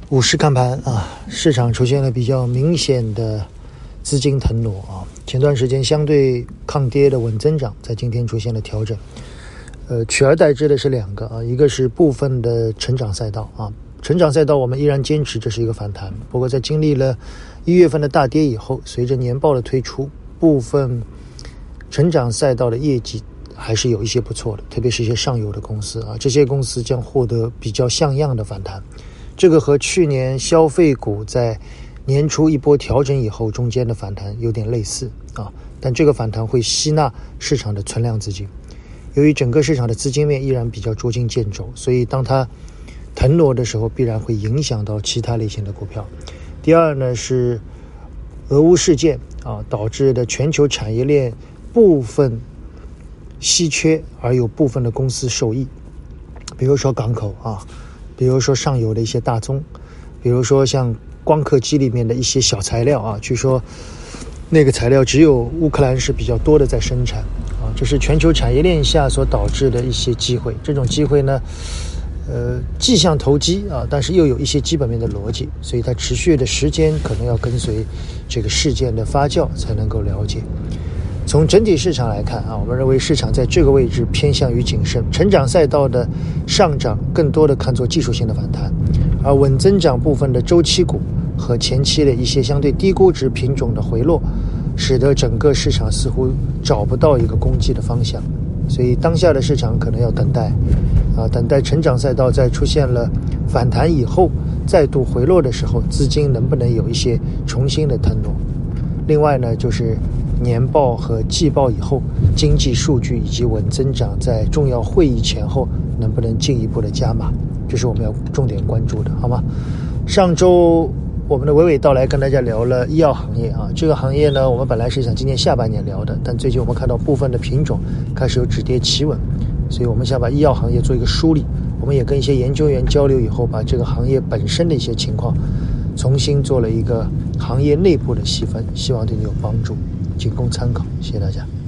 午市看盘啊，市场出现了比较明显的资金腾挪啊。前段时间相对抗跌的稳增长，在今天出现了调整。取而代之的是两个啊，一个是部分的成长赛道啊，成长赛道我们依然坚持这是一个反弹，不过在经历了1月份的大跌以后，随着年报的推出，部分成长赛道的业绩还是有一些不错的，特别是一些上游的公司啊，这些公司将获得比较像样的反弹。这个和去年消费股在年初一波调整以后中间的反弹有点类似啊，但这个反弹会吸纳市场的存量资金。由于整个市场的资金面依然比较捉襟见肘，所以当它腾挪的时候，必然会影响到其他类型的股票。第二呢，是俄乌事件啊导致的全球产业链部分稀缺，而有部分的公司受益，比如说港口啊，比如说上游的一些大宗，比如说像光刻机里面的一些小材料啊，据说那个材料只有乌克兰是比较多的在生产啊，这是全球产业链下所导致的一些机会。这种机会呢，既像投机啊，但是又有一些基本面的逻辑，所以它持续的时间可能要跟随这个事件的发酵才能够了解。从整体市场来看啊，我们认为市场在这个位置偏向于谨慎，成长赛道的上涨更多的看作技术性的反弹，而稳增长部分的周期股和前期的一些相对低估值品种的回落，使得整个市场似乎找不到一个攻击的方向。所以当下的市场可能要等待等待成长赛道在出现了反弹以后再度回落的时候，资金能不能有一些重新的腾挪。另外呢，就是年报和季报以后经济数据以及稳增长在重要会议前后能不能进一步的加码，这是我们要重点关注的，好吗？上周我们的娓娓道来跟大家聊了医药行业啊，这个行业呢，我们本来是想今年下半年聊的，但最近我们看到部分的品种开始有止跌企稳，所以我们想把医药行业做一个梳理。我们也跟一些研究员交流以后，把这个行业本身的一些情况重新做了一个行业内部的细分，希望对你有帮助，仅供参考，谢谢大家。